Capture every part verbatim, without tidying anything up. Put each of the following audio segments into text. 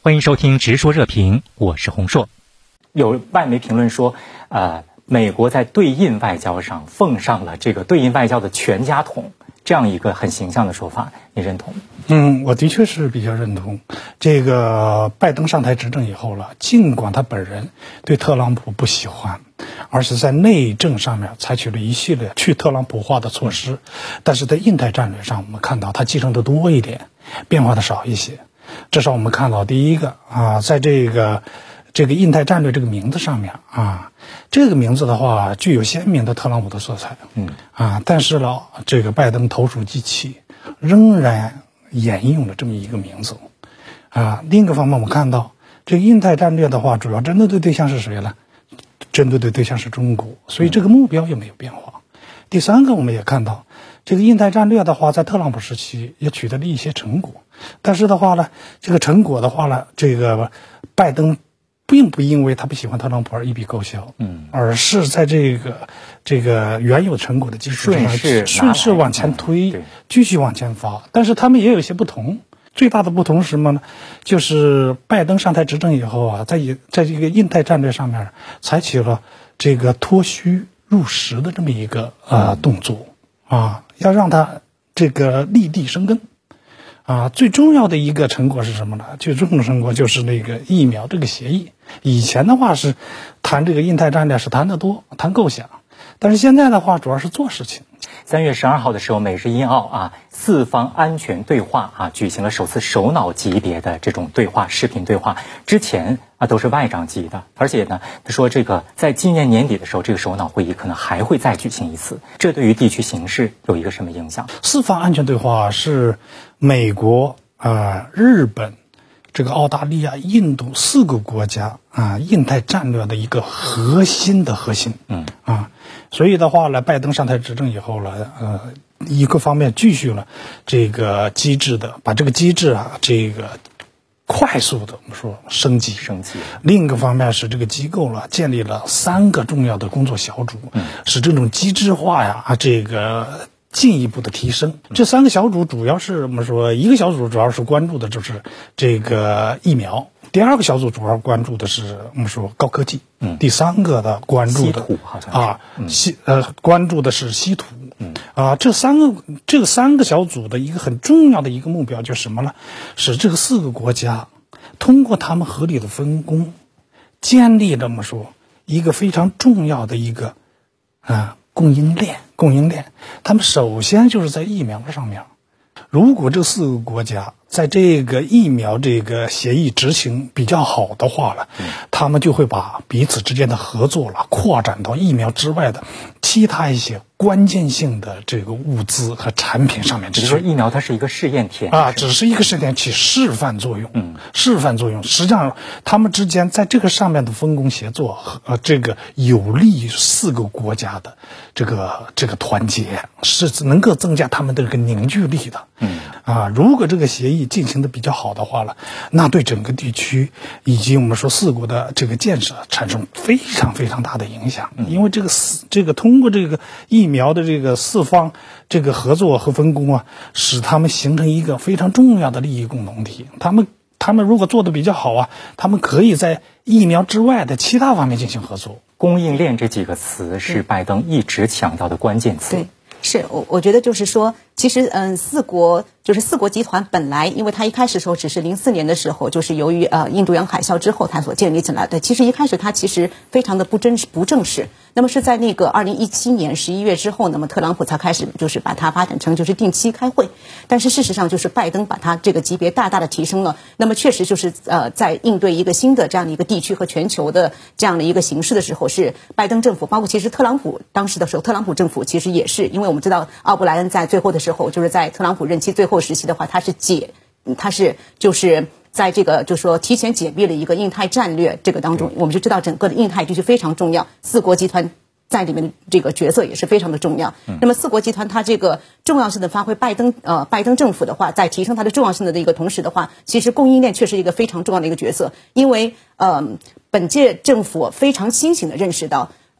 欢迎收听直说热评，我是洪硕。有外媒评论说，呃，美国在对印外交上奉上了这个对印外交的全家桶，这样一个很形象的说法，你认同吗？ 嗯，我的确是比较认同。这个拜登上台执政以后了，尽管他本人对特朗普不喜欢，而是在内政上面采取了一系列去特朗普化的措施，但是在印太战略上，我们看到他继承的多一点，变化的少一些。至少我们看到第一个啊，在这个这个印太战略这个名字上面啊，这个名字的话具有鲜明的特朗普的色彩，嗯啊，但是呢，这个拜登投鼠忌器，仍然沿用了这么一个名字啊。另一个方面，我们看到这个印太战略的话，主要针对的对象是谁呢？针对的对象是中国，所以这个目标也没有变化。第三个，我们也看到这个印太战略的话，在特朗普时期也取得了一些成果，但是的话呢，这个成果的话呢，这个拜登并不因为他不喜欢特朗普而一笔勾销，嗯，而是在这个这个原有成果的基础上顺势往前推，嗯、继续往前发。但是他们也有一些不同，最大的不同是什么呢？就是拜登上台执政以后啊，在在这个印太战略上面采取了这个脱虚入实的这么一个呃动作啊，要让他这个立地生根啊。最重要的一个成果是什么呢？最重要的成果就是那个疫苗这个协议。以前的话是谈这个印太战略是谈得多，谈构想，但是现在的话主要是做事情。 三月十二号的时候，美日印澳啊四方安全对话啊举行了首次首脑级别的这种对话，视频对话。之前啊都是外长级的，而且呢，他说这个在今年年底的时候，这个首脑会议可能还会再举行一次。这对于地区形势有一个什么影响？ 四方安全对话是美国啊、呃、日本、这个澳大利亚、印度四个国家啊印太战略的一个核心的核心。嗯啊。所以的话呢，拜登上台执政以后呢，呃，一个方面继续了这个机制的，把这个机制啊，这个快速的我们说升级升级。 另一个方面是这个机构了建立了三个重要的工作小组，嗯、使这种机制化呀，啊，这个进一步的提升。这三个小组主要是我们说，一个小组主要是关注的就是这个疫苗。第二个小组主要关注的是我们说高科技，嗯，第三个的关注的好像啊，稀、嗯、呃关注的是稀土，嗯啊，这三个这个三个小组的一个很重要的一个目标就是什么呢？是这个四个国家通过他们合理的分工，建立了我们说一个非常重要的一个啊供应链，供应链。他们首先就是在疫苗上面，如果这四个国家在这个疫苗这个协议执行比较好的话了，嗯、他们就会把彼此之间的合作了扩展到疫苗之外的其他一些关键性的这个物资和产品上面。 只是说疫苗它是一个试验田啊，只是一个试验田起示范作用，嗯，示范作用。实际上，他们之间在这个上面的分工协作和呃这个有利于四个国家的这个这个团结，是能够增加他们的这个凝聚力的。嗯啊，如果这个协议进行的比较好的话了，那对整个地区以及我们说四国的这个建设产生非常非常大的影响。嗯、因为这个四这个通过这个疫苗的这个四方这个合作和分工啊，使他们形成一个非常重要的利益共同体。他们他们如果做的比较好啊，他们可以在疫苗之外的其他方面进行合作。 供应链这几个词是拜登一直强调的关键词。 对，是我我觉得就是说，其实嗯，四国就是四国集团本来，因为它一开始的时候只是零四年的时候，就是由于呃印度洋海啸之后它所建立起来的。其实一开始它其实非常的不真不正式。那么是在那个二零一七年十一月之后，那么特朗普才开始就是把它发展成就是定期开会。但是事实上就是拜登把它这个级别大大的提升了。那么确实就是呃在应对一个新的这样的一个地区和全球的这样的一个形势的时候，是拜登政府包括其实特朗普当时的时候，特朗普政府其实也是，因为我们知道奥布莱恩在最后的时候，就是在特朗普任期最后时期的话，他是解他是就是在这个就是说提前解密了一个印太战略这个当中，我们就知道整个的印太地区非常重要，四国集团在里面的这个角色也是非常的重要。嗯、那么四国集团它这个重要性的发挥，拜登呃拜登政府的话，在提升它的重要性的一个同时的话，其实供应链确实一个非常重要的一个角色，因为呃本届政府非常清醒的认识到。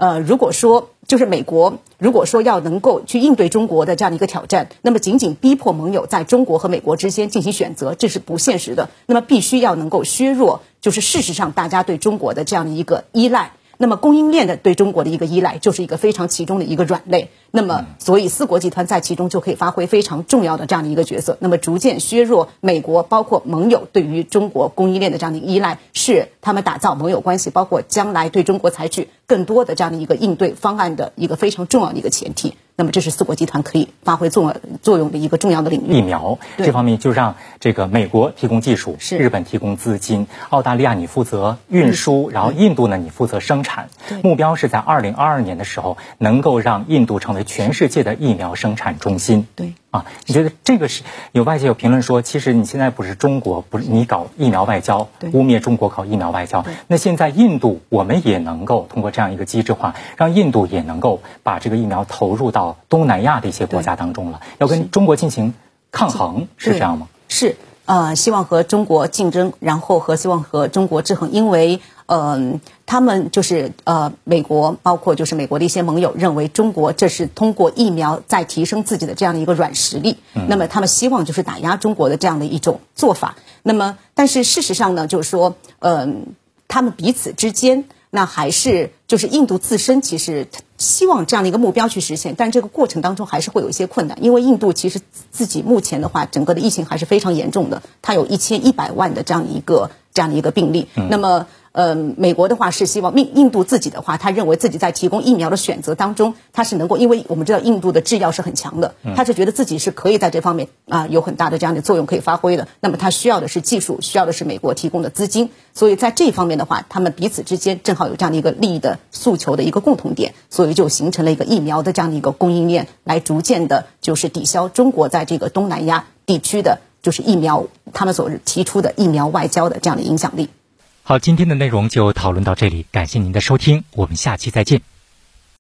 呃，如果说就是美国如果说要能够去应对中国的这样的一个挑战，那么仅仅逼迫盟友在中国和美国之间进行选择，这是不现实的。那么必须要能够削弱，就是事实上大家对中国的这样的一个依赖。那么供应链的对中国的一个依赖，就是一个非常其中的一个软肋。那么，所以四国集团在其中就可以发挥非常重要的这样的一个角色。那么，逐渐削弱美国包括盟友对于中国供应链的这样的一个依赖，是他们打造盟友关系，包括将来对中国采取更多的这样的一个应对方案的一个非常重要的一个前提。那么，这是四国集团可以发挥作作用的一个重要的领域。 疫苗这方面就让这个美国提供技术，日本提供资金，澳大利亚你负责运输，然后印度呢你负责生产。目标是在二零二二年的时候，能够让印度成为全世界的疫苗生产中心。 对啊，你觉得这个是有外界有评论说，其实你现在不是中国，不是你搞疫苗外交，污蔑中国搞疫苗外交。那现在印度，我们也能够通过这样一个机制化，让印度也能够把这个疫苗投入到东南亚的一些国家当中了，要跟中国进行抗衡，是这样吗？ 是。呃，希望和中国竞争，然后和希望和中国制衡，因为嗯、呃，他们就是呃，美国包括就是美国的一些盟友认为中国这是通过疫苗在提升自己的这样的一个软实力，嗯、那么他们希望就是打压中国的这样的一种做法。那么，但是事实上呢，就是说，嗯、呃，他们彼此之间。那还是就是印度自身其实希望这样的一个目标去实现，但这个过程当中还是会有一些困难，因为印度其实自己目前的话，整个的疫情还是非常严重的，它有一千一百万的这样一个这样的一个病例。嗯、那么，呃，美国的话是希望印印度自己的话，他认为自己在提供疫苗的选择当中，他是能够，因为我们知道印度的制药是很强的，他是觉得自己是可以在这方面啊、呃、有很大的这样的作用可以发挥的。那么他需要的是技术，需要的是美国提供的资金，所以在这方面的话，他们彼此之间正好有这样的一个利益的诉求的一个共同点，所以就形成了一个疫苗的这样的一个供应链，来逐渐的就是抵消中国在这个东南亚地区的就是疫苗他们所提出的疫苗外交的这样的影响力。 好，今天的内容就讨论到这里，感谢您的收听，我们下期再见。